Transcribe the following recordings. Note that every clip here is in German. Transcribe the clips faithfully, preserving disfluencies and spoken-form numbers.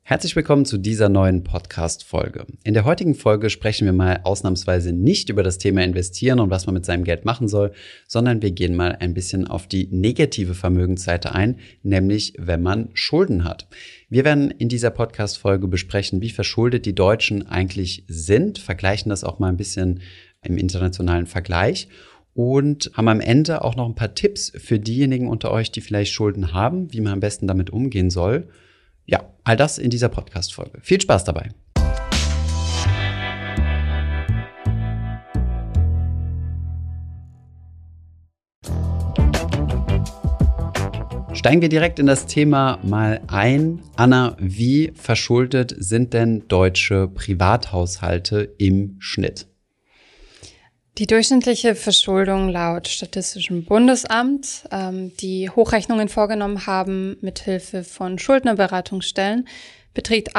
Herzlich willkommen zu dieser neuen Podcast-Folge. In der heutigen Folge sprechen wir mal ausnahmsweise nicht über das Thema Investieren und was man mit seinem Geld machen soll, sondern wir gehen mal ein bisschen auf die negative Vermögensseite ein, nämlich wenn man Schulden hat. Wir werden in dieser Podcast-Folge besprechen, wie verschuldet die Deutschen eigentlich sind, vergleichen das auch mal ein bisschen im internationalen Vergleich und haben am Ende auch noch ein paar Tipps für diejenigen unter euch, die vielleicht Schulden haben, wie man am besten damit umgehen soll. Ja, all das in dieser Podcast-Folge. Viel Spaß dabei. Steigen wir direkt in das Thema mal ein. Anna, wie verschuldet sind denn deutsche Privathaushalte im Schnitt? Die durchschnittliche Verschuldung laut Statistischem Bundesamt, ähm, die Hochrechnungen vorgenommen haben mithilfe von Schuldnerberatungsstellen, beträgt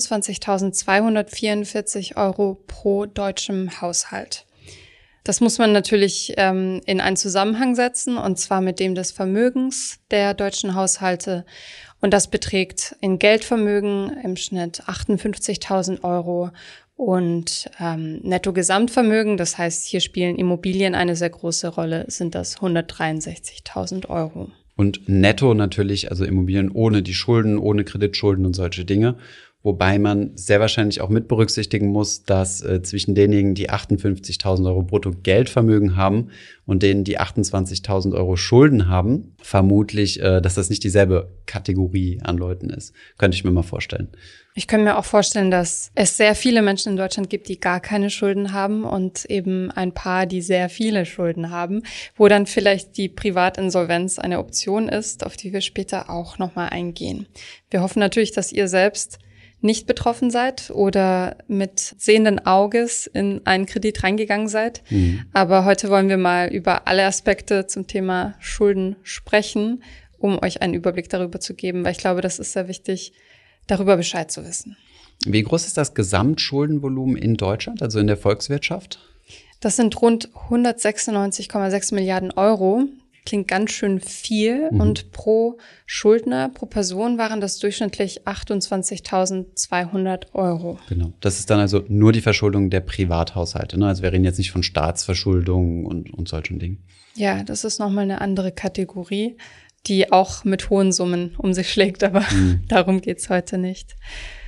achtundzwanzigtausendzweihundertvierundvierzig Euro pro deutschem Haushalt. Das muss man natürlich ähm, in einen Zusammenhang setzen, und zwar mit dem des Vermögens der deutschen Haushalte. Und das beträgt in Geldvermögen im Schnitt achtundfünfzigtausend Euro. Und ähm, Netto-Gesamtvermögen, das heißt, hier spielen Immobilien eine sehr große Rolle, sind das hundertdreiundsechzigtausend Euro. Und netto natürlich, also Immobilien ohne die Schulden, ohne Kreditschulden und solche Dinge. Wobei man sehr wahrscheinlich auch mit berücksichtigen muss, dass äh, zwischen denjenigen, die achtundfünfzigtausend Euro brutto Geldvermögen haben und denen, die achtundzwanzigtausend Euro Schulden haben, vermutlich, äh, dass das nicht dieselbe Kategorie an Leuten ist. Könnte ich mir mal vorstellen. Ich könnte mir auch vorstellen, dass es sehr viele Menschen in Deutschland gibt, die gar keine Schulden haben und eben ein paar, die sehr viele Schulden haben, wo dann vielleicht die Privatinsolvenz eine Option ist, auf die wir später auch nochmal eingehen. Wir hoffen natürlich, dass ihr selbst nicht betroffen seid oder mit sehenden Auges in einen Kredit reingegangen seid. Mhm. Aber heute wollen wir mal über alle Aspekte zum Thema Schulden sprechen, um euch einen Überblick darüber zu geben, weil ich glaube, das ist sehr wichtig, darüber Bescheid zu wissen. Wie groß ist das Gesamtschuldenvolumen in Deutschland, also in der Volkswirtschaft? Das sind rund hundertsechsundneunzig Komma sechs Milliarden Euro. Klingt ganz schön viel. Mhm. Und pro Schuldner, pro Person waren das durchschnittlich achtundzwanzigtausendzweihundert Euro. Genau. Das ist dann also nur die Verschuldung der Privathaushalte, ne? Also wir reden jetzt nicht von Staatsverschuldung und, und solchen Dingen. Ja, das ist nochmal eine andere Kategorie, die auch mit hohen Summen um sich schlägt, aber mhm. darum geht's heute nicht.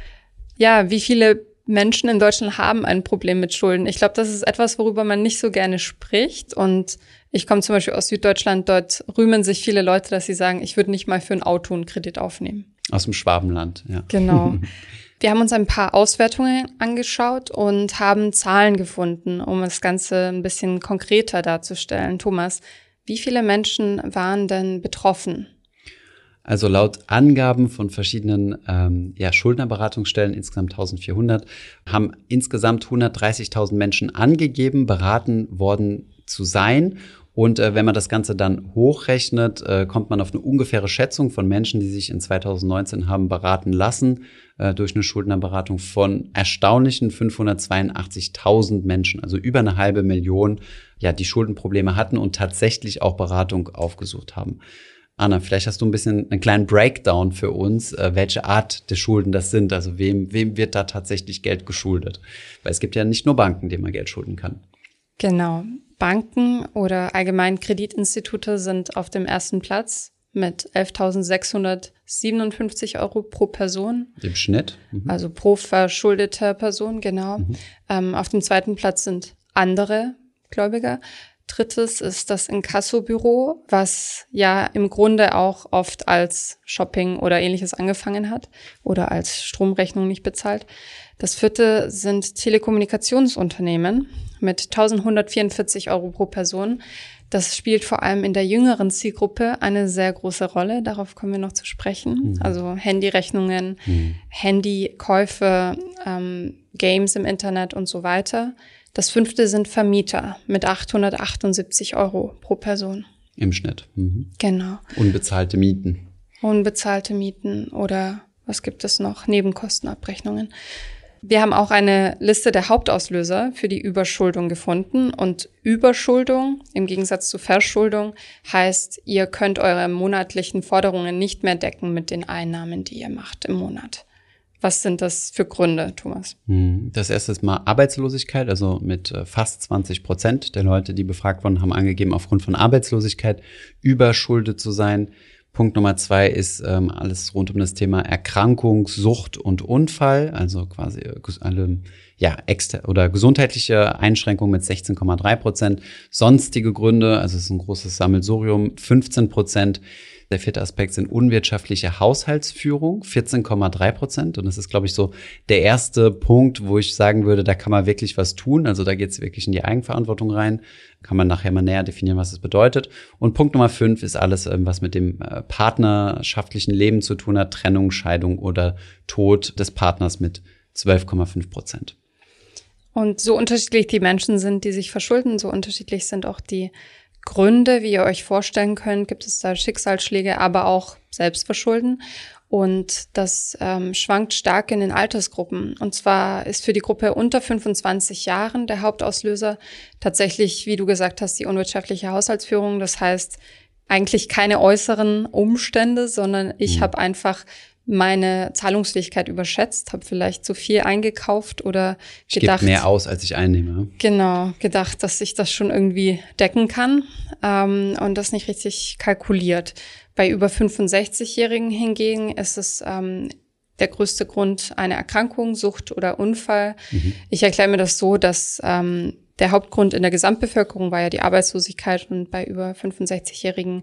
Ja, wie viele Menschen in Deutschland haben ein Problem mit Schulden? Ich glaube, das ist etwas, worüber man nicht so gerne spricht. Und ich komme zum Beispiel aus Süddeutschland, dort rühmen sich viele Leute, dass sie sagen, ich würde nicht mal für ein Auto einen Kredit aufnehmen. Aus dem Schwabenland, ja. Genau. Wir haben uns ein paar Auswertungen angeschaut und haben Zahlen gefunden, um das Ganze ein bisschen konkreter darzustellen. Thomas, wie viele Menschen waren denn betroffen? Also laut Angaben von verschiedenen ähm, ja, Schuldnerberatungsstellen, insgesamt eintausendvierhundert, haben insgesamt hundertdreißigtausend Menschen angegeben, beraten worden zu sein. Und äh, wenn man das Ganze dann hochrechnet, äh, kommt man auf eine ungefähre Schätzung von Menschen, die sich in zweitausendneunzehn haben beraten lassen, äh, durch eine Schuldnerberatung von erstaunlichen fünfhundertzweiundachtzigtausend Menschen, also über eine halbe Million, ja, die Schuldenprobleme hatten und tatsächlich auch Beratung aufgesucht haben. Anna, vielleicht hast du ein bisschen einen kleinen Breakdown für uns, äh, welche Art der Schulden das sind. Also wem, wem wird da tatsächlich Geld geschuldet? Weil es gibt ja nicht nur Banken, denen man Geld schulden kann. Genau. Banken oder allgemein Kreditinstitute sind auf dem ersten Platz mit elftausendsechshundertsiebenundfünfzig Euro pro Person. Im Schnitt? Mhm. Also pro verschuldeter Person, genau. Mhm. Ähm, auf dem zweiten Platz sind andere Gläubiger. Drittes ist das Inkassobüro, was ja im Grunde auch oft als Shopping oder Ähnliches angefangen hat oder als Stromrechnung nicht bezahlt. Das vierte sind Telekommunikationsunternehmen mit eintausendeinhundertvierundvierzig Euro pro Person. Das spielt vor allem in der jüngeren Zielgruppe eine sehr große Rolle. Darauf kommen wir noch zu sprechen. Mhm. Also Handyrechnungen, mhm. Handykäufe, ähm, Games im Internet und so weiter. Das fünfte sind Vermieter mit achthundertachtundsiebzig Euro pro Person. Im Schnitt. Mhm. Genau. Unbezahlte Mieten. Unbezahlte Mieten oder was gibt es noch? Nebenkostenabrechnungen. Wir haben auch eine Liste der Hauptauslöser für die Überschuldung gefunden. Und Überschuldung im Gegensatz zu Verschuldung heißt, ihr könnt eure monatlichen Forderungen nicht mehr decken mit den Einnahmen, die ihr macht im Monat. Was sind das für Gründe, Thomas? Das erste ist mal Arbeitslosigkeit, also mit fast zwanzig Prozent der Leute, die befragt wurden, haben angegeben, aufgrund von Arbeitslosigkeit überschuldet zu sein. Punkt Nummer zwei ist ähm, alles rund um das Thema Erkrankung, Sucht und Unfall, also quasi alle ja exter- oder gesundheitliche Einschränkungen mit sechzehn Komma drei Prozent. Sonstige Gründe, also es ist ein großes Sammelsurium, fünfzehn Prozent. Der vierte Aspekt sind unwirtschaftliche Haushaltsführung, vierzehn Komma drei Prozent. Und das ist, glaube ich, so der erste Punkt, wo ich sagen würde, da kann man wirklich was tun. Also da geht es wirklich in die Eigenverantwortung rein. Kann man nachher mal näher definieren, was es bedeutet. Und Punkt Nummer fünf ist alles, was mit dem partnerschaftlichen Leben zu tun hat. Trennung, Scheidung oder Tod des Partners mit zwölf Komma fünf Prozent. Und so unterschiedlich die Menschen sind, die sich verschulden, so unterschiedlich sind auch die Gründe, wie ihr euch vorstellen könnt, gibt es da Schicksalsschläge, aber auch Selbstverschulden. Und das ähm, schwankt stark in den Altersgruppen. Und zwar ist für die Gruppe unter fünfundzwanzig Jahren der Hauptauslöser tatsächlich, wie du gesagt hast, die unwirtschaftliche Haushaltsführung. Das heißt, eigentlich keine äußeren Umstände, sondern ich mhm. habe einfach meine Zahlungsfähigkeit überschätzt, habe vielleicht zu viel eingekauft oder ich gedacht, gebe mehr aus, als ich einnehme. Genau, gedacht, dass ich das schon irgendwie decken kann ähm, und das nicht richtig kalkuliert. Bei über fünfundsechzig-Jährigen hingegen ist es ähm, der größte Grund eine Erkrankung, Sucht oder Unfall. Mhm. Ich erkläre mir das so, dass ähm, der Hauptgrund in der Gesamtbevölkerung war ja die Arbeitslosigkeit und bei über fünfundsechzig-Jährigen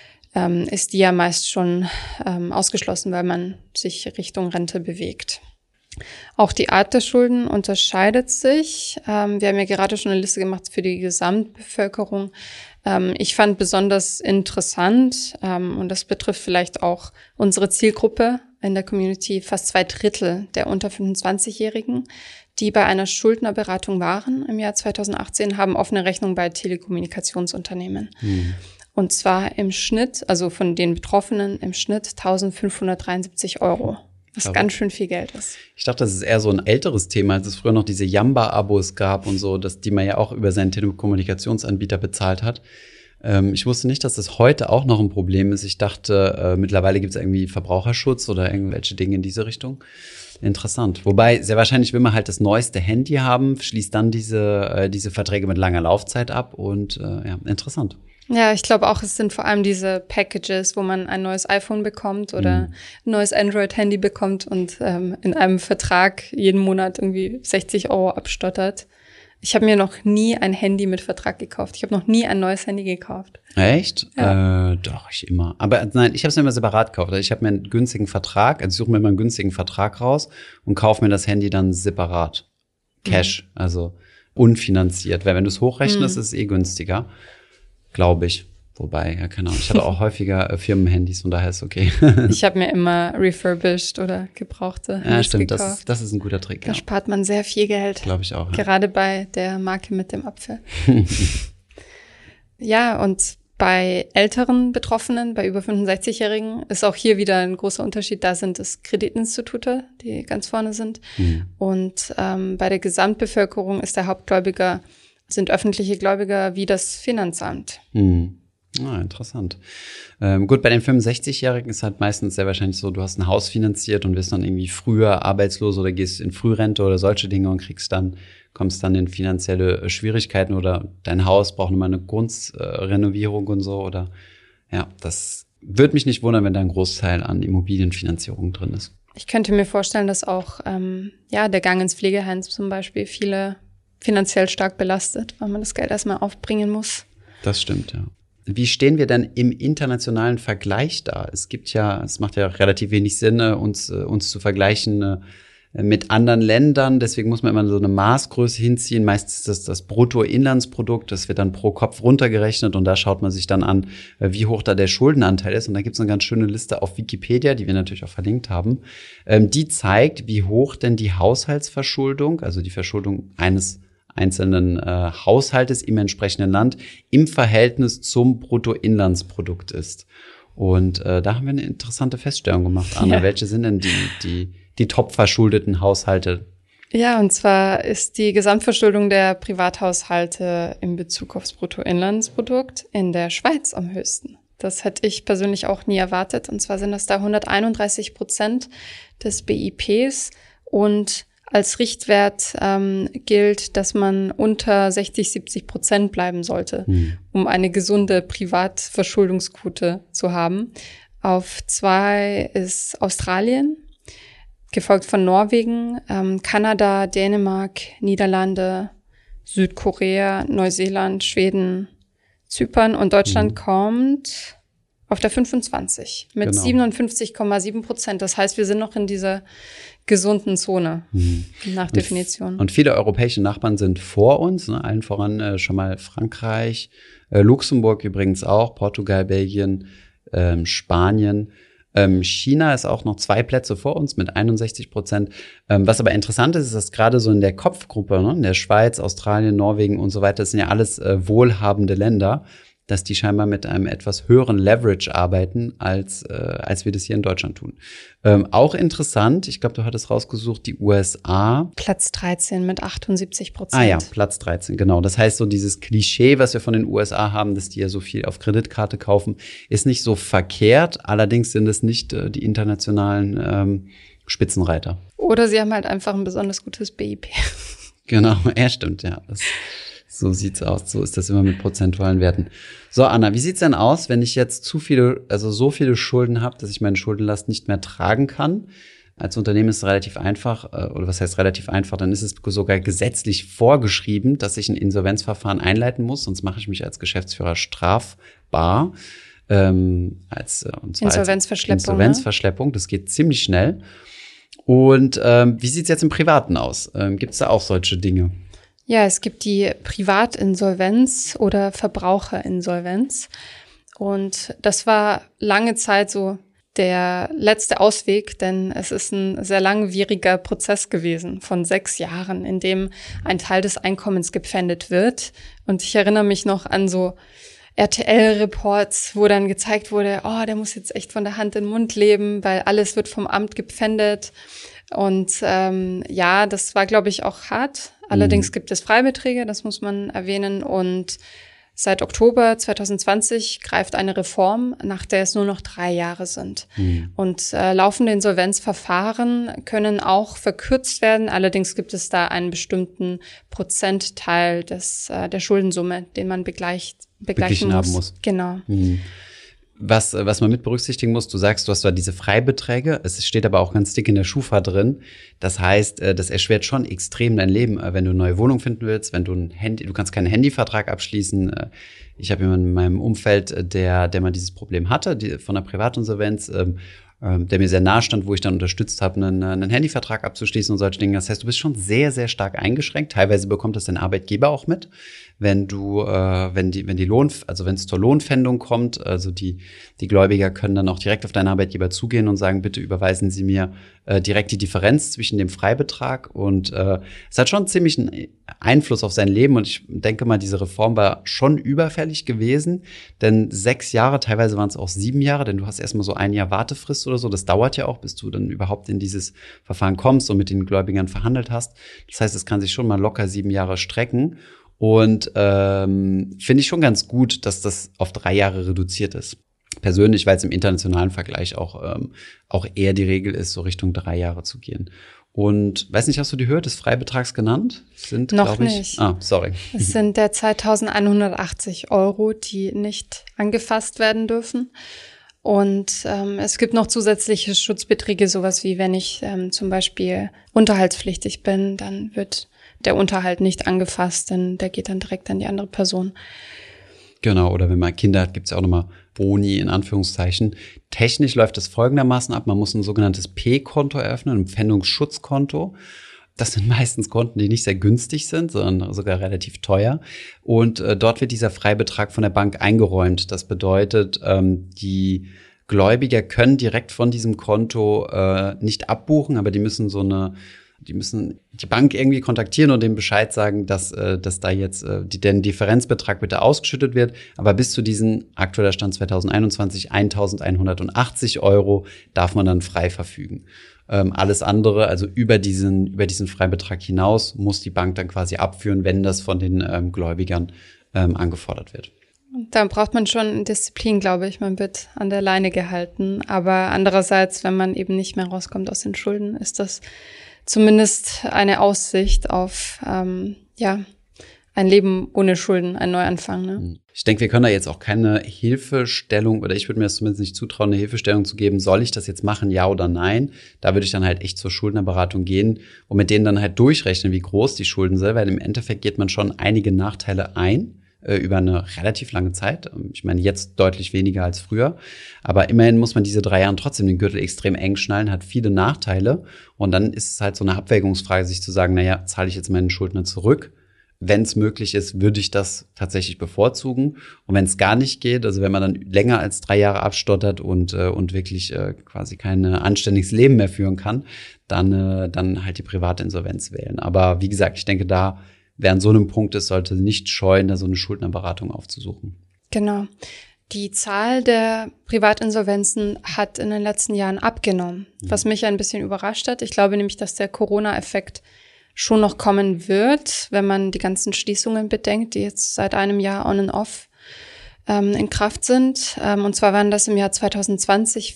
ähm, ist die ja meist schon ähm, ausgeschlossen, weil man sich Richtung Rente bewegt. Auch die Art der Schulden unterscheidet sich. Ähm, wir haben ja gerade schon eine Liste gemacht für die Gesamtbevölkerung. Ähm, ich fand besonders interessant, ähm, und das betrifft vielleicht auch unsere Zielgruppe in der Community, fast zwei Drittel der unter fünfundzwanzig-Jährigen, die bei einer Schuldnerberatung waren im Jahr zweitausendachtzehn, haben offene Rechnungen bei Telekommunikationsunternehmen. Mhm. Und zwar im Schnitt, also von den Betroffenen im Schnitt eintausendfünfhundertdreiundsiebzig Euro. Was ganz schön viel Geld ist. Ich dachte, das ist eher so ein älteres Thema, als es früher noch diese Jamba-Abos gab und so, dass die man ja auch über seinen Telekommunikationsanbieter bezahlt hat. Ähm, ich wusste nicht, dass das heute auch noch ein Problem ist. Ich dachte, äh, mittlerweile gibt es irgendwie Verbraucherschutz oder irgendwelche Dinge in diese Richtung. Interessant. Wobei, sehr wahrscheinlich will man halt das neueste Handy haben, schließt dann diese, äh, diese Verträge mit langer Laufzeit ab und äh, ja, interessant. Ja, ich glaube auch, es sind vor allem diese Packages, wo man ein neues iPhone bekommt oder mhm. ein neues Android-Handy bekommt und ähm, in einem Vertrag jeden Monat irgendwie sechzig Euro abstottert. Ich habe mir noch nie ein Handy mit Vertrag gekauft. Ich habe noch nie ein neues Handy gekauft. Echt? Ja. Äh, doch, ich immer. Aber nein, ich habe es mir immer separat gekauft. Ich habe mir einen günstigen Vertrag, also ich suche mir immer einen günstigen Vertrag raus und kaufe mir das Handy dann separat. Cash, mhm. also unfinanziert. Weil wenn du es hochrechnest, mhm. ist es eh günstiger. Glaube ich. Wobei, ja, keine Ahnung. Ich hatte auch häufiger äh, Firmenhandys, von daher ist okay. Ich habe mir immer refurbished oder gebrauchte Ja, stimmt. Das ist, das ist ein guter Trick. Da ja. spart man sehr viel Geld. Glaube ich auch. Ja. Gerade bei der Marke mit dem Apfel. Ja, und bei älteren Betroffenen, bei über fünfundsechzig-Jährigen, ist auch hier wieder ein großer Unterschied. Da sind es Kreditinstitute, die ganz vorne sind. Mhm. Und ähm, bei der Gesamtbevölkerung ist der Hauptgläubiger sind öffentliche Gläubiger wie das Finanzamt. Hm. Ah, interessant. Ähm, gut, bei den fünfundsechzig-Jährigen ist halt meistens sehr wahrscheinlich so, du hast ein Haus finanziert und wirst dann irgendwie früher arbeitslos oder gehst in Frührente oder solche Dinge und kriegst dann, kommst dann in finanzielle Schwierigkeiten oder dein Haus braucht nochmal eine Grundrenovierung und so oder ja, das würde mich nicht wundern, wenn da ein Großteil an Immobilienfinanzierung drin ist. Ich könnte mir vorstellen, dass auch ähm, ja der Gang ins Pflegeheim zum Beispiel viele finanziell stark belastet, weil man das Geld erstmal aufbringen muss. Das stimmt, ja. Wie stehen wir denn im internationalen Vergleich da? Es gibt ja, es macht ja relativ wenig Sinn, uns, uns zu vergleichen mit anderen Ländern. Deswegen muss man immer so eine Maßgröße hinziehen. Meistens ist das das Bruttoinlandsprodukt. Das wird dann pro Kopf runtergerechnet und da schaut man sich dann an, wie hoch da der Schuldenanteil ist. Und da gibt es eine ganz schöne Liste auf Wikipedia, die wir natürlich auch verlinkt haben. Die zeigt, wie hoch denn die Haushaltsverschuldung, also die Verschuldung eines einzelnen äh, Haushaltes im entsprechenden Land im Verhältnis zum Bruttoinlandsprodukt ist. Und äh, da haben wir eine interessante Feststellung gemacht, Anna. Ja. Welche sind denn die, die, die top verschuldeten Haushalte? Ja, und zwar ist die Gesamtverschuldung der Privathaushalte in Bezug aufs Bruttoinlandsprodukt in der Schweiz am höchsten. Das hätte ich persönlich auch nie erwartet. Und zwar sind das da hunderteinunddreißig Prozent des B I Ps. Und als Richtwert ähm, gilt, dass man unter sechzig, siebzig Prozent bleiben sollte, mhm. um eine gesunde Privatverschuldungsquote zu haben. Auf zwei ist Australien, gefolgt von Norwegen, ähm, Kanada, Dänemark, Niederlande, Südkorea, Neuseeland, Schweden, Zypern und Deutschland mhm. kommt auf der fünfundzwanzig mit genau. siebenundfünfzig Komma sieben Prozent. Das heißt, wir sind noch in dieser gesunden Zone mhm. nach Definition. Und, und viele europäische Nachbarn sind vor uns, ne? Allen voran äh, schon mal Frankreich, äh, Luxemburg übrigens auch, Portugal, Belgien, ähm, Spanien. Ähm, China ist auch noch zwei Plätze vor uns mit einundsechzig Prozent. Ähm, was aber interessant ist, ist, dass gerade so in der Kopfgruppe, ne, in der Schweiz, Australien, Norwegen und so weiter, das sind ja alles äh, wohlhabende Länder, dass die scheinbar mit einem etwas höheren Leverage arbeiten, als äh, als wir das hier in Deutschland tun. Ähm, auch interessant, ich glaube, du hattest rausgesucht, die U S A. Platz dreizehn mit achtundsiebzig Prozent. Ah ja, Platz dreizehn, genau. Das heißt, so dieses Klischee, was wir von den U S A haben, dass die ja so viel auf Kreditkarte kaufen, ist nicht so verkehrt. Allerdings sind es nicht äh, die internationalen ähm, Spitzenreiter. Oder sie haben halt einfach ein besonders gutes B I P. Genau, ja, stimmt, ja. Das So sieht's aus. So ist das immer mit prozentualen Werten. So, Anna, wie sieht's denn aus, wenn ich jetzt zu viele, also so viele Schulden habe, dass ich meine Schuldenlast nicht mehr tragen kann? Als Unternehmen ist es relativ einfach, oder was heißt relativ einfach? Dann ist es sogar gesetzlich vorgeschrieben, dass ich ein Insolvenzverfahren einleiten muss, sonst mache ich mich als Geschäftsführer strafbar. Ähm, als, und zwar Insolvenzverschleppung. Als Insolvenzverschleppung. Das geht ziemlich schnell. Und ähm, wie sieht's jetzt im Privaten aus? Ähm, gibt's da auch solche Dinge? Ja, es gibt die Privatinsolvenz oder Verbraucherinsolvenz. Und das war lange Zeit so der letzte Ausweg, denn es ist ein sehr langwieriger Prozess gewesen von sechs Jahren, in dem ein Teil des Einkommens gepfändet wird. Und ich erinnere mich noch an so R T L-Reports, wo dann gezeigt wurde, oh, der muss jetzt echt von der Hand in den Mund leben, weil alles wird vom Amt gepfändet. Und ähm, ja, das war, glaube ich, auch hart. Allerdings gibt es Freibeträge, das muss man erwähnen. Und seit Oktober zwanzig zwanzig greift eine Reform, nach der es nur noch drei Jahre sind. Mhm. Und äh, laufende Insolvenzverfahren können auch verkürzt werden. Allerdings gibt es da einen bestimmten Prozentteil des äh, der Schuldensumme, den man begleicht, begleichen muss. haben muss. Genau. Mhm. Was, was man mit berücksichtigen muss, du sagst, du hast da diese Freibeträge, es steht aber auch ganz dick in der Schufa drin. Das heißt, das erschwert schon extrem dein Leben, wenn du eine neue Wohnung finden willst, wenn du ein Handy, du kannst keinen Handyvertrag abschließen. Ich habe jemanden in meinem Umfeld, der, der mal dieses Problem hatte, die, von der Privatinsolvenz, ähm, der mir sehr nahe stand, wo ich dann unterstützt habe, einen, einen Handyvertrag abzuschließen und solche Dinge. Das heißt, du bist schon sehr, sehr stark eingeschränkt. Teilweise bekommt das dein Arbeitgeber auch mit, wenn du, äh, wenn die, wenn die Lohn, also wenn es zur Lohnpfändung kommt, also die, die Gläubiger können dann auch direkt auf deinen Arbeitgeber zugehen und sagen, bitte überweisen Sie mir äh, direkt die Differenz zwischen dem Freibetrag. Und äh, es hat schon ziemlich einen Einfluss auf sein Leben. Und ich denke mal, diese Reform war schon überfällig gewesen, denn sechs Jahre, teilweise waren es auch sieben Jahre, denn du hast erstmal so ein Jahr Wartefrist oder so. Das dauert ja auch, bis du dann überhaupt in dieses Verfahren kommst und mit den Gläubigern verhandelt hast. Das heißt, es kann sich schon mal locker sieben Jahre strecken. Und ähm, finde ich schon ganz gut, dass das auf drei Jahre reduziert ist. Persönlich, weil es im internationalen Vergleich auch ähm, auch eher die Regel ist, so Richtung drei Jahre zu gehen. Und weiß nicht, hast du die Höhe des Freibetrags genannt? Sind, Noch ich, nicht. Ah, sorry. Es sind derzeit eintausendeinhundertachtzig Euro, die nicht angefasst werden dürfen. Und ähm, es gibt noch zusätzliche Schutzbeträge, sowas wie wenn ich ähm, zum Beispiel unterhaltspflichtig bin, dann wird der Unterhalt nicht angefasst, denn der geht dann direkt an die andere Person. Genau, oder wenn man Kinder hat, gibt's ja auch nochmal Boni in Anführungszeichen. Technisch läuft das folgendermaßen ab, man muss ein sogenanntes P-Konto eröffnen, ein Pfändungsschutzkonto. Das sind meistens Konten, die nicht sehr günstig sind, sondern sogar relativ teuer. Und äh, dort wird dieser Freibetrag von der Bank eingeräumt. Das bedeutet, ähm, die Gläubiger können direkt von diesem Konto äh, nicht abbuchen, aber die müssen so eine Die müssen die Bank irgendwie kontaktieren und dem Bescheid sagen, dass, äh, dass da jetzt äh, die, der Differenzbetrag bitte ausgeschüttet wird. Aber bis zu diesen, aktueller Stand zwanzig einundzwanzig, eintausendeinhundertachtzig Euro darf man dann frei verfügen. Ähm, alles andere, also über diesen, über diesen Freibetrag hinaus, muss die Bank dann quasi abführen, wenn das von den ähm, Gläubigern ähm, angefordert wird. Da braucht man schon Disziplin, glaube ich. Man wird an der Leine gehalten. Aber andererseits, wenn man eben nicht mehr rauskommt aus den Schulden, ist das zumindest eine Aussicht auf, ähm, ja, ein Leben ohne Schulden, ein Neuanfang. Ne? Ich denke, wir können da jetzt auch keine Hilfestellung, oder ich würde mir das zumindest nicht zutrauen, eine Hilfestellung zu geben, soll ich das jetzt machen, ja oder nein? Da würde ich dann halt echt zur Schuldnerberatung gehen und mit denen dann halt durchrechnen, wie groß die Schulden sind, weil im Endeffekt geht man schon einige Nachteile ein äh, über eine relativ lange Zeit. Ich meine, jetzt deutlich weniger als früher, aber immerhin muss man diese drei Jahre trotzdem den Gürtel extrem eng schnallen, hat viele Nachteile und dann ist es halt so eine Abwägungsfrage, sich zu sagen, naja, zahle ich jetzt meinen Schuldner zurück? Wenn es möglich ist, würde ich das tatsächlich bevorzugen. Und wenn es gar nicht geht, also wenn man dann länger als drei Jahre abstottert und äh, und wirklich äh, quasi kein anständiges Leben mehr führen kann, dann äh, dann halt die private Insolvenz wählen. Aber wie gesagt, ich denke, da wer an so einem Punkt ist, sollte nicht scheuen, da so eine Schuldnerberatung aufzusuchen. Genau. Die Zahl der Privatinsolvenzen hat in den letzten Jahren abgenommen, mhm. was mich ein bisschen überrascht hat. Ich glaube nämlich, dass der Corona-Effekt schon noch kommen wird, wenn man die ganzen Schließungen bedenkt, die jetzt seit einem Jahr on and off ähm, in Kraft sind. Ähm, und zwar waren das im Jahr zwanzig zwanzig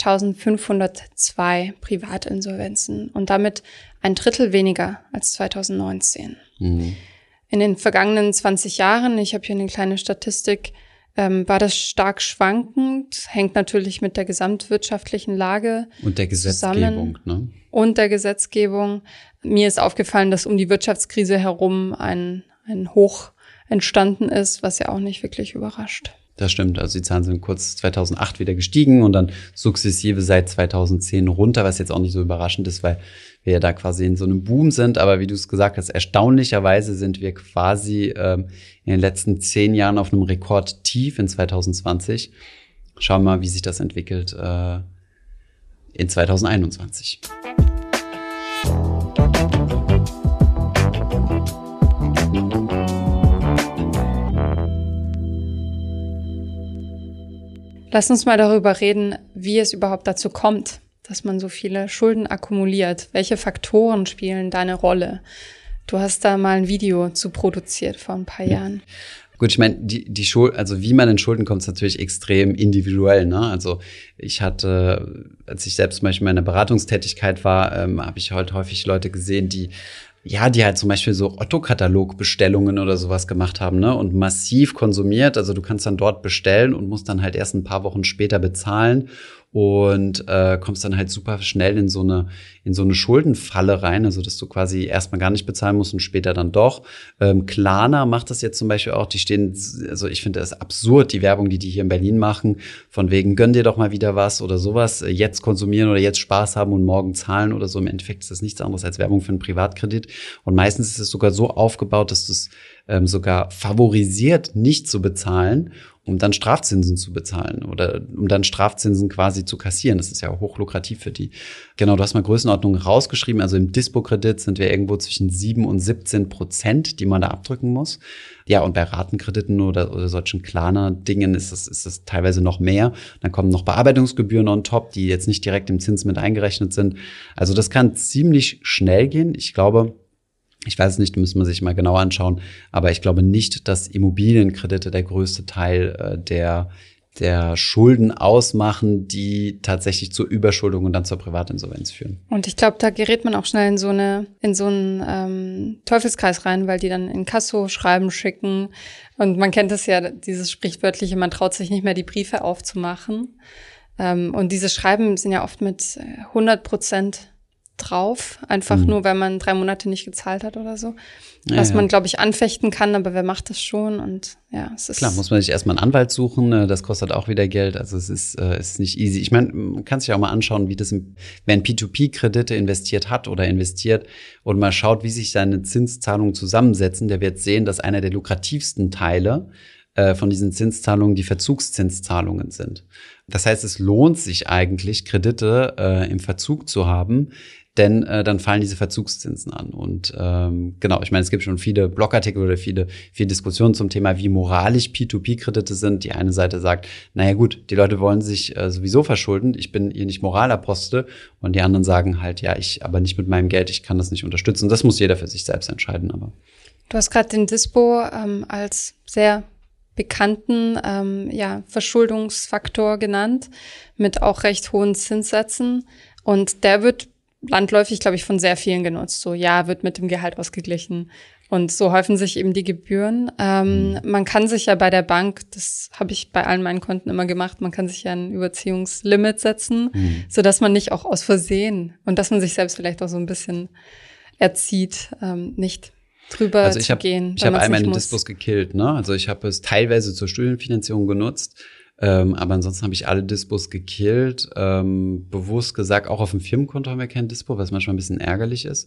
vierzigtausendfünfhundertzwei Privatinsolvenzen und damit ein Drittel weniger als zwanzig neunzehn. Mhm. In den vergangenen zwanzig Jahren, ich habe hier eine kleine Statistik, ähm, war das stark schwankend, hängt natürlich mit der gesamtwirtschaftlichen Lage und der Gesetzgebung, zusammen. Ne? Und der Gesetzgebung. Mir ist aufgefallen, dass um die Wirtschaftskrise herum ein, ein Hoch entstanden ist, was ja auch nicht wirklich überrascht. Das stimmt. Also die Zahlen sind kurz zweitausendacht wieder gestiegen und dann sukzessive seit zweitausendzehn runter, was jetzt auch nicht so überraschend ist, weil wir ja da quasi in so einem Boom sind. Aber wie du es gesagt hast, erstaunlicherweise sind wir quasi ähm, in den letzten zehn Jahren auf einem Rekordtief in zwanzig zwanzig. Schauen wir mal, wie sich das entwickelt äh, in zwanzig einundzwanzig. Lass uns mal darüber reden, wie es überhaupt dazu kommt, dass man so viele Schulden akkumuliert. Welche Faktoren spielen da eine Rolle? Du hast da mal ein Video zu produziert vor ein paar Jahren. Gut, ich meine, die, die Schuld, also wie man in Schulden kommt, ist natürlich extrem individuell, ne? Also ich hatte, als ich selbst zum Beispiel in meiner Beratungstätigkeit war, ähm, habe ich halt häufig Leute gesehen, die ja, die halt zum Beispiel so Otto-Katalog-Bestellungen oder sowas gemacht haben, ne, und massiv konsumiert. Also du kannst dann dort bestellen und musst dann halt erst ein paar Wochen später bezahlen und äh, kommst dann halt super schnell in so eine in so eine Schuldenfalle rein, also dass du quasi erstmal gar nicht bezahlen musst und später dann doch. Ähm, Klarna macht das jetzt zum Beispiel auch. Die stehen, also ich finde das absurd, die Werbung, die die hier in Berlin machen, von wegen gönn dir doch mal wieder was oder sowas, jetzt konsumieren oder jetzt Spaß haben und morgen zahlen oder so. Im Endeffekt ist das nichts anderes als Werbung für einen Privatkredit. Und meistens ist es sogar so aufgebaut, dass du es ähm, sogar favorisiert, nicht zu bezahlen, um dann Strafzinsen zu bezahlen oder um dann Strafzinsen quasi zu kassieren. Das ist ja auch hochlukrativ für die. Genau, du hast mal Größenordnung rausgeschrieben. Also im Dispo-Kredit sind wir irgendwo zwischen sieben und siebzehn Prozent, die man da abdrücken muss. Ja, und bei Ratenkrediten oder, oder solchen Klarna-Dingen ist das, ist das teilweise noch mehr. Dann kommen noch Bearbeitungsgebühren on top, die jetzt nicht direkt im Zins mit eingerechnet sind. Also das kann ziemlich schnell gehen. Ich glaube, ich weiß es nicht, müssen wir sich mal genauer anschauen, aber ich glaube nicht, dass Immobilienkredite der größte Teil äh, der der Schulden ausmachen, die tatsächlich zur Überschuldung und dann zur Privatinsolvenz führen. Und ich glaube, da gerät man auch schnell in so eine in so einen ähm, Teufelskreis rein, weil die dann Inkasso schreiben schicken und man kennt es ja, dieses sprichwörtliche, man traut sich nicht mehr die Briefe aufzumachen ähm, und diese Schreiben sind ja oft mit hundert Prozent drauf, einfach mhm. nur, weil man drei Monate nicht gezahlt hat oder so. Ja, was man, ja. glaube ich, anfechten kann, aber wer macht das schon? Und ja, es ist klar, muss man sich erstmal einen Anwalt suchen, das kostet auch wieder Geld, also es ist, äh, ist nicht easy. Ich meine, man kann sich auch mal anschauen, wie das, im, wer in P zwei P-Kredite investiert hat oder investiert und mal schaut, wie sich seine Zinszahlungen zusammensetzen, der wird sehen, dass einer der lukrativsten Teile äh, von diesen Zinszahlungen die Verzugszinszahlungen sind. Das heißt, es lohnt sich eigentlich, Kredite äh, im Verzug zu haben, denn äh, dann fallen diese Verzugszinsen an. Und ähm, genau, ich meine, es gibt schon viele Blogartikel oder viele viele Diskussionen zum Thema, wie moralisch P zwei P-Kredite sind. Die eine Seite sagt, naja gut, die Leute wollen sich äh, sowieso verschulden, ich bin ihr nicht Moralapostel. Und die anderen sagen halt, ja, ich aber nicht mit meinem Geld, ich kann das nicht unterstützen. Das muss jeder für sich selbst entscheiden. Aber du hast gerade den Dispo ähm, als sehr bekannten ähm, ja, Verschuldungsfaktor genannt, mit auch recht hohen Zinssätzen. Und der wird landläufig, glaube ich, von sehr vielen genutzt. So, ja, wird mit dem Gehalt ausgeglichen. Und so häufen sich eben die Gebühren. Ähm, man kann sich ja bei der Bank, das habe ich bei allen meinen Konten immer gemacht, man kann sich ja ein Überziehungslimit setzen, mhm. sodass man nicht auch aus Versehen und dass man sich selbst vielleicht auch so ein bisschen erzieht, ähm, nicht drüber also ich zu hab, gehen. Ich habe all meine Dispos gekillt, ne? Also ich habe es teilweise zur Studienfinanzierung genutzt, ähm, aber ansonsten habe ich alle Dispos gekillt. Ähm, bewusst gesagt, auch auf dem Firmenkonto haben wir kein Dispo, was manchmal ein bisschen ärgerlich ist,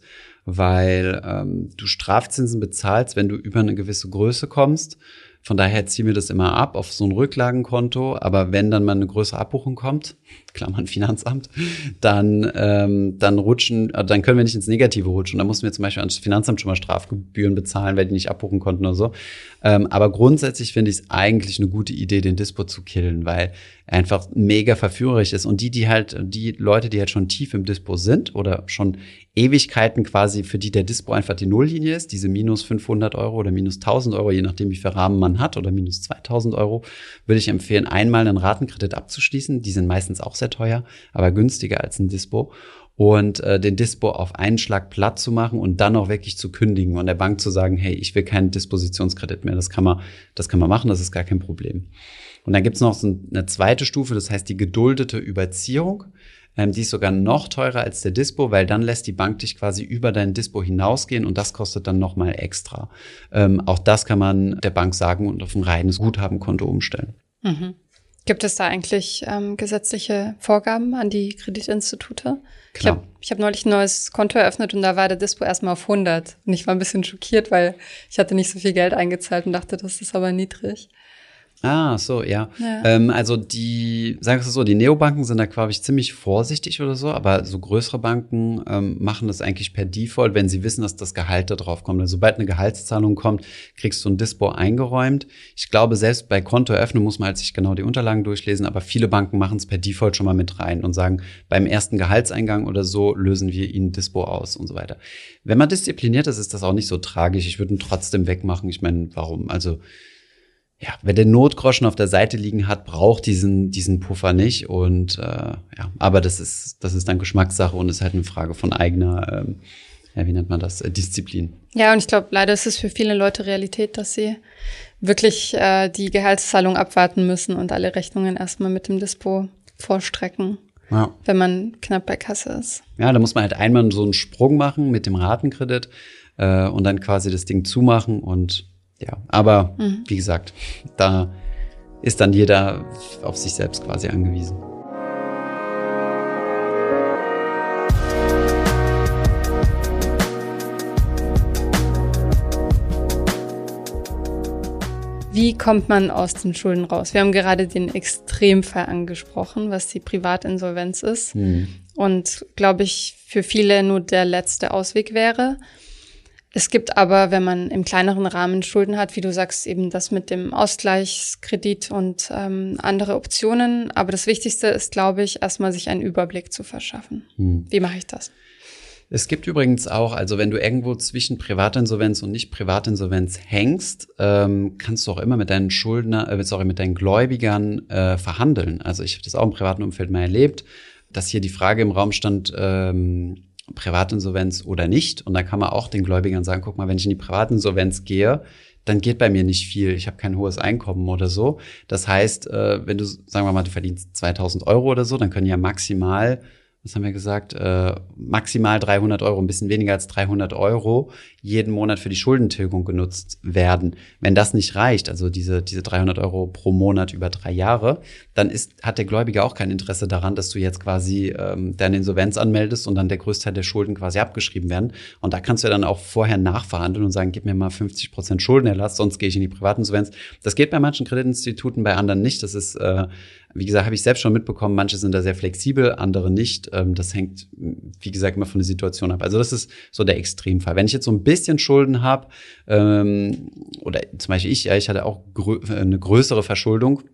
weil ähm, du Strafzinsen bezahlst, wenn du über eine gewisse Größe kommst. Von daher ziehen wir das immer ab auf so ein Rücklagenkonto. Aber wenn dann mal eine größere Abbuchung kommt, Klammern Finanzamt, dann ähm, dann rutschen, dann können wir nicht ins Negative rutschen. Da mussten wir zum Beispiel ans Finanzamt schon mal Strafgebühren bezahlen, weil die nicht abbuchen konnten oder so. Ähm, aber grundsätzlich finde ich es eigentlich eine gute Idee, den Dispo zu killen, weil er einfach mega verführerisch ist. Und die, die halt, die Leute, die halt schon tief im Dispo sind oder schon Ewigkeiten quasi, für die der Dispo einfach die Nulllinie ist, diese minus fünfhundert Euro oder minus tausend Euro, je nachdem, wie viel Rahmen man hat, oder minus zweitausend Euro, würde ich empfehlen, einmal einen Ratenkredit abzuschließen. Die sind meistens auch sehr teuer, aber günstiger als ein Dispo. Und äh, den Dispo auf einen Schlag platt zu machen und dann auch wirklich zu kündigen und der Bank zu sagen, hey, ich will keinen Dispositionskredit mehr. Das kann man, das kann man machen, das ist gar kein Problem. Und dann gibt's noch so eine zweite Stufe, das heißt die geduldete Überziehung. Ähm, die ist sogar noch teurer als der Dispo, weil dann lässt die Bank dich quasi über dein Dispo hinausgehen und das kostet dann nochmal extra. Ähm, auch das kann man der Bank sagen und auf ein reines Guthabenkonto umstellen. Mhm. Gibt es da eigentlich ähm, gesetzliche Vorgaben an die Kreditinstitute? Klar. Ich habe ich hab neulich ein neues Konto eröffnet und da war der Dispo erstmal auf hundert. Und ich war ein bisschen schockiert, weil ich hatte nicht so viel Geld eingezahlt und dachte, das ist aber niedrig. Ah, so, ja. ja. Ähm, also die, sagst du so, die Neobanken sind da, glaube ich, ziemlich vorsichtig oder so, aber so größere Banken ähm, machen das eigentlich per Default, wenn sie wissen, dass das Gehalt da drauf kommt. Also sobald eine Gehaltszahlung kommt, kriegst du ein Dispo eingeräumt. Ich glaube, selbst bei Kontoeröffnung muss man halt sich genau die Unterlagen durchlesen, aber viele Banken machen es per Default schon mal mit rein und sagen, beim ersten Gehaltseingang oder so lösen wir ihnen Dispo aus und so weiter. Wenn man diszipliniert ist, ist das auch nicht so tragisch. Ich würde ihn trotzdem wegmachen. Ich meine, warum? Also ja, wer den Notgroschen auf der Seite liegen hat, braucht diesen diesen Puffer nicht und äh, ja, aber das ist das ist dann Geschmackssache und ist halt eine Frage von eigener, ähm, ja, wie nennt man das, äh, Disziplin. Ja, und ich glaube, leider ist es für viele Leute Realität, dass sie wirklich äh, die Gehaltszahlung abwarten müssen und alle Rechnungen erstmal mit dem Dispo vorstrecken. Ja. Wenn man knapp bei Kasse ist. Ja, da muss man halt einmal so einen Sprung machen mit dem Ratenkredit äh, und dann quasi das Ding zumachen und ja, aber mhm. wie gesagt, da ist dann jeder auf sich selbst quasi angewiesen. Wie kommt man aus den Schulden raus? Wir haben gerade den Extremfall angesprochen, was die Privatinsolvenz ist. Mhm. Und glaube ich, für viele nur der letzte Ausweg wäre. Es gibt aber, wenn man im kleineren Rahmen Schulden hat, wie du sagst, eben das mit dem Ausgleichskredit und ähm, andere Optionen. Aber das Wichtigste ist, glaube ich, erstmal sich einen Überblick zu verschaffen. Hm. Wie mache ich das? Es gibt übrigens auch, also wenn du irgendwo zwischen Privatinsolvenz und Nicht-Privatinsolvenz hängst, ähm, kannst du auch immer mit deinen Schuldner, äh, sorry, mit deinen Gläubigern äh, verhandeln. Also ich habe das auch im privaten Umfeld mal erlebt, dass hier die Frage im Raum stand, ähm, Privatinsolvenz oder nicht. Und da kann man auch den Gläubigern sagen, guck mal, wenn ich in die Privatinsolvenz gehe, dann geht bei mir nicht viel. Ich habe kein hohes Einkommen oder so. Das heißt, äh, wenn du, sagen wir mal, du verdienst zweitausend Euro oder so, dann können ja maximal, was haben wir gesagt, äh, maximal dreihundert Euro, ein bisschen weniger als dreihundert Euro jeden Monat für die Schuldentilgung genutzt werden. Wenn das nicht reicht, also diese diese dreihundert Euro pro Monat über drei Jahre, dann ist hat der Gläubiger auch kein Interesse daran, dass du jetzt quasi ähm, deine Insolvenz anmeldest und dann der größte Teil der Schulden quasi abgeschrieben werden. Und da kannst du ja dann auch vorher nachverhandeln und sagen, gib mir mal fünfzig Prozent Schuldenerlass, sonst gehe ich in die Privatinsolvenz. Das geht bei manchen Kreditinstituten, bei anderen nicht. Das ist, äh, wie gesagt, habe ich selbst schon mitbekommen, manche sind da sehr flexibel, andere nicht. Ähm, das hängt, wie gesagt, immer von der Situation ab. Also das ist so der Extremfall. Wenn ich jetzt so ein bisschen Schulden habe, ähm, oder zum Beispiel ich, ja, ich hatte auch grö- eine größere Verschuldung,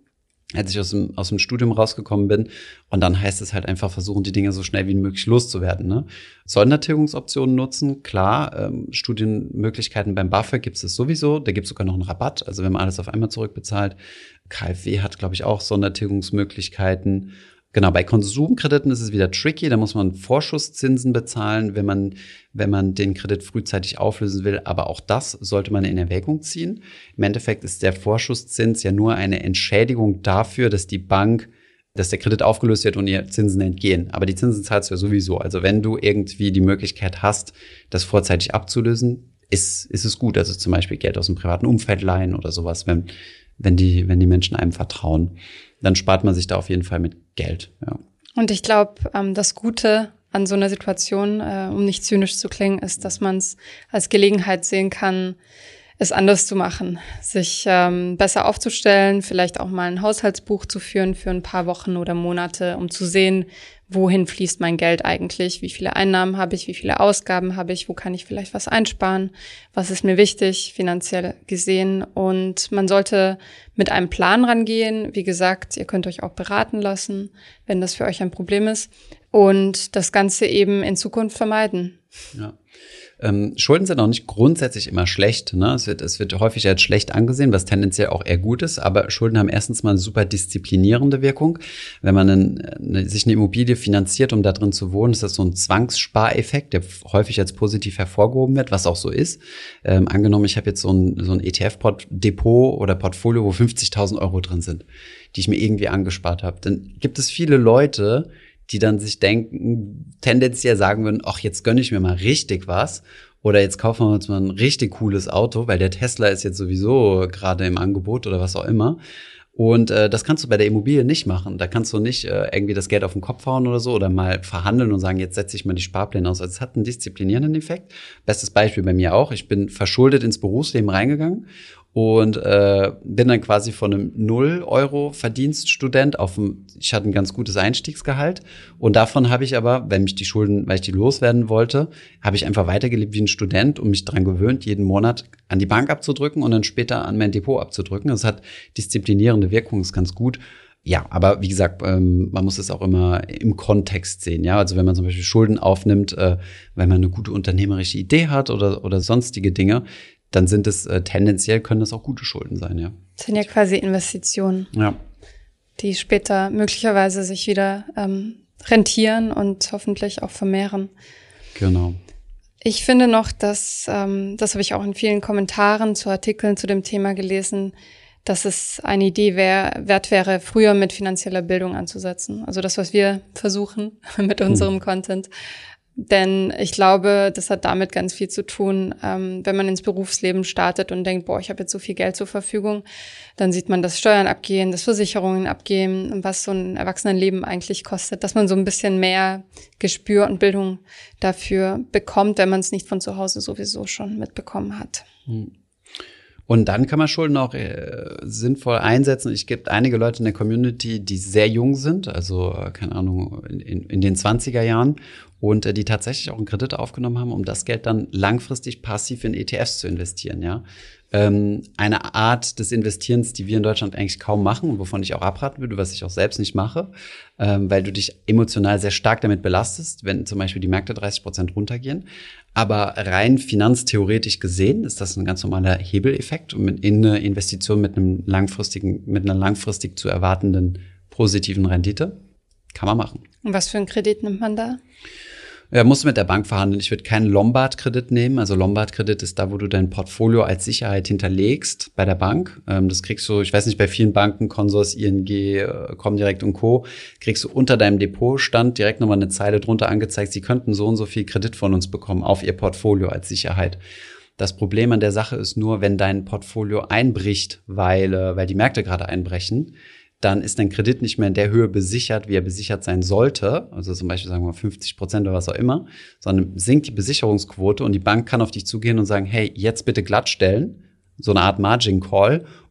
als ich aus dem, aus dem Studium rausgekommen bin. Und dann heißt es halt einfach versuchen, die Dinge so schnell wie möglich loszuwerden. Ne? Sondertilgungsoptionen nutzen, klar. Ähm, Studienmöglichkeiten beim BAföG gibt es sowieso. Da gibt es sogar noch einen Rabatt, also wenn man alles auf einmal zurückbezahlt. KfW hat, glaube ich, auch Sondertilgungsmöglichkeiten. Genau, bei Konsumkrediten ist es wieder tricky. Da muss man Vorschusszinsen bezahlen, wenn man, wenn man den Kredit frühzeitig auflösen will. Aber auch das sollte man in Erwägung ziehen. Im Endeffekt ist der Vorschusszins ja nur eine Entschädigung dafür, dass die Bank, dass der Kredit aufgelöst wird und ihr Zinsen entgehen. Aber die Zinsen zahlst du ja sowieso. Also wenn du irgendwie die Möglichkeit hast, das vorzeitig abzulösen, ist, ist es gut. Also zum Beispiel Geld aus dem privaten Umfeld leihen oder sowas, wenn, wenn die, wenn die Menschen einem vertrauen. Dann spart man sich da auf jeden Fall mit Geld. Ja. Und ich glaube, ähm, das Gute an so einer Situation, äh, um nicht zynisch zu klingen, ist, dass man es als Gelegenheit sehen kann, es anders zu machen, sich ähm, besser aufzustellen, vielleicht auch mal ein Haushaltsbuch zu führen für ein paar Wochen oder Monate, um zu sehen, wohin fließt mein Geld eigentlich, wie viele Einnahmen habe ich, wie viele Ausgaben habe ich, wo kann ich vielleicht was einsparen, was ist mir wichtig, finanziell gesehen. Und man sollte mit einem Plan rangehen. Wie gesagt, ihr könnt euch auch beraten lassen, wenn das für euch ein Problem ist. Und das Ganze eben in Zukunft vermeiden. Ja. Ähm, Schulden sind auch nicht grundsätzlich immer schlecht. Ne? Es wird, es wird häufig als schlecht angesehen, was tendenziell auch eher gut ist. Aber Schulden haben erstens mal eine super disziplinierende Wirkung. Wenn man einen, eine, sich eine Immobilie finanziert, um da drin zu wohnen, ist das so ein Zwangsspareffekt, der häufig als positiv hervorgehoben wird, was auch so ist. Ähm, angenommen, ich habe jetzt so ein, so ein E T F-Depot oder Portfolio, wo fünfzigtausend Euro drin sind, die ich mir irgendwie angespart habe. Dann gibt es viele Leute, die dann sich denken, tendenziell sagen würden, ach, jetzt gönne ich mir mal richtig was oder jetzt kaufen wir uns mal ein richtig cooles Auto, weil der Tesla ist jetzt sowieso gerade im Angebot oder was auch immer. Und äh, das kannst du bei der Immobilie nicht machen. Da kannst du nicht äh, irgendwie das Geld auf den Kopf hauen oder so oder mal verhandeln und sagen, jetzt setze ich mal die Sparpläne aus. Also es hat einen disziplinierenden Effekt. Bestes Beispiel bei mir auch. Ich bin verschuldet ins Berufsleben reingegangen und äh, bin dann quasi von einem null Euro Verdienststudent auf ein, ich hatte ein ganz gutes Einstiegsgehalt und davon habe ich aber, wenn mich die Schulden, weil ich die loswerden wollte, habe ich einfach weitergelebt wie ein Student und mich dran gewöhnt, jeden Monat an die Bank abzudrücken und dann später an mein Depot abzudrücken. Das hat disziplinierende Wirkung, ist ganz gut. Ja, aber wie gesagt, ähm, man muss es auch immer im Kontext sehen. Ja, also wenn man zum Beispiel Schulden aufnimmt, äh, wenn man eine gute unternehmerische Idee hat oder oder sonstige Dinge, dann sind es äh, tendenziell können das auch gute Schulden sein, ja. Das sind ja quasi Investitionen, ja, die später möglicherweise sich wieder ähm, rentieren und hoffentlich auch vermehren. Genau. Ich finde noch, dass, ähm, das habe ich auch in vielen Kommentaren zu Artikeln zu dem Thema gelesen, dass es eine Idee wär, wert wäre, früher mit finanzieller Bildung anzusetzen. Also das, was wir versuchen mit unserem hm. Content. Denn ich glaube, das hat damit ganz viel zu tun, ähm, wenn man ins Berufsleben startet und denkt, boah, ich habe jetzt so viel Geld zur Verfügung, dann sieht man, dass Steuern abgehen, dass Versicherungen abgehen, was so ein Erwachsenenleben eigentlich kostet, dass man so ein bisschen mehr Gespür und Bildung dafür bekommt, wenn man es nicht von zu Hause sowieso schon mitbekommen hat. Hm. Und dann kann man Schulden auch äh, sinnvoll einsetzen. Es gibt einige Leute in der Community, die sehr jung sind, also keine Ahnung, in, in den zwanziger Jahren und äh, die tatsächlich auch einen Kredit aufgenommen haben, um das Geld dann langfristig passiv in E T Fs zu investieren. Ja, ähm, eine Art des Investierens, die wir in Deutschland eigentlich kaum machen und wovon ich auch abraten würde, was ich auch selbst nicht mache, ähm, weil du dich emotional sehr stark damit belastest, wenn zum Beispiel die Märkte dreißig Prozent runtergehen. Aber rein finanztheoretisch gesehen ist das ein ganz normaler Hebeleffekt und in eine Investition mit einem langfristigen, mit einer langfristig zu erwartenden positiven Rendite kann man machen. Und was für einen Kredit nimmt man da? Ja, musst du mit der Bank verhandeln. Ich würde keinen Lombard-Kredit nehmen. Also Lombard-Kredit ist da, wo du dein Portfolio als Sicherheit hinterlegst bei der Bank. Ähm, das kriegst du, ich weiß nicht, bei vielen Banken, Consors, I N G, äh, Comdirect und Co., kriegst du unter deinem Depotstand direkt nochmal eine Zeile drunter angezeigt, sie könnten so und so viel Kredit von uns bekommen auf ihr Portfolio als Sicherheit. Das Problem an der Sache ist nur, wenn dein Portfolio einbricht, weil, äh, weil die Märkte gerade einbrechen, dann ist dein Kredit nicht mehr in der Höhe besichert, wie er besichert sein sollte, also zum Beispiel sagen wir fünfzig Prozent oder was auch immer, sondern sinkt die Besicherungsquote und die Bank kann auf dich zugehen und sagen, hey, jetzt bitte glattstellen, so eine Art Margin Call,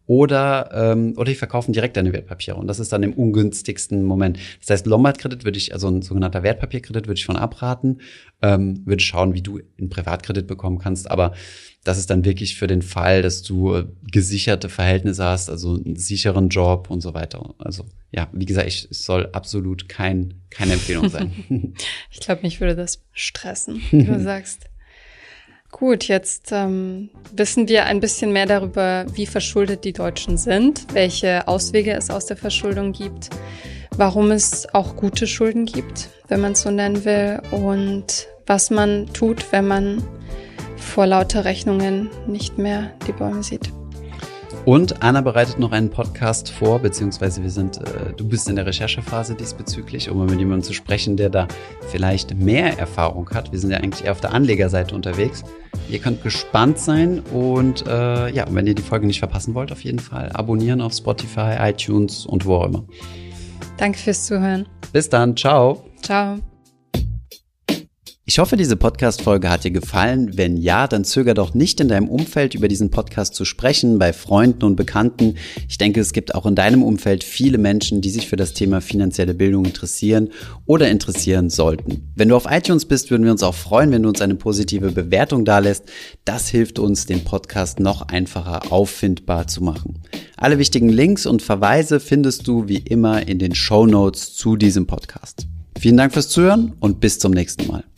oder, ähm, oder die verkaufen direkt deine Wertpapiere. Und das ist dann im ungünstigsten Moment. Das heißt, Lombard-Kredit würde ich, also ein sogenannter Wertpapierkredit, würde ich von abraten. Ähm, würde schauen, wie du einen Privatkredit bekommen kannst. Aber das ist dann wirklich für den Fall, dass du gesicherte Verhältnisse hast, also einen sicheren Job und so weiter. Also ja, wie gesagt, ich, es soll absolut kein, keine Empfehlung sein. Ich glaube, mich würde das stressen, wie du sagst. Gut, jetzt ähm, wissen wir ein bisschen mehr darüber, wie verschuldet die Deutschen sind, welche Auswege es aus der Verschuldung gibt, warum es auch gute Schulden gibt, wenn man es so nennen will, und was man tut, wenn man vor lauter Rechnungen nicht mehr die Bäume sieht. Und Anna bereitet noch einen Podcast vor, beziehungsweise wir sind, äh, du bist in der Recherchephase diesbezüglich, um mit jemandem zu sprechen, der da vielleicht mehr Erfahrung hat. Wir sind ja eigentlich eher auf der Anlegerseite unterwegs. Ihr könnt gespannt sein und äh, ja, wenn ihr die Folge nicht verpassen wollt, auf jeden Fall abonnieren auf Spotify, iTunes und wo auch immer. Danke fürs Zuhören. Bis dann, ciao. Ciao. Ich hoffe, diese Podcast-Folge hat dir gefallen. Wenn ja, dann zöger doch nicht, in deinem Umfeld über diesen Podcast zu sprechen, bei Freunden und Bekannten. Ich denke, es gibt auch in deinem Umfeld viele Menschen, die sich für das Thema finanzielle Bildung interessieren oder interessieren sollten. Wenn du auf iTunes bist, würden wir uns auch freuen, wenn du uns eine positive Bewertung dalässt. Das hilft uns, den Podcast noch einfacher auffindbar zu machen. Alle wichtigen Links und Verweise findest du wie immer in den Shownotes zu diesem Podcast. Vielen Dank fürs Zuhören und bis zum nächsten Mal.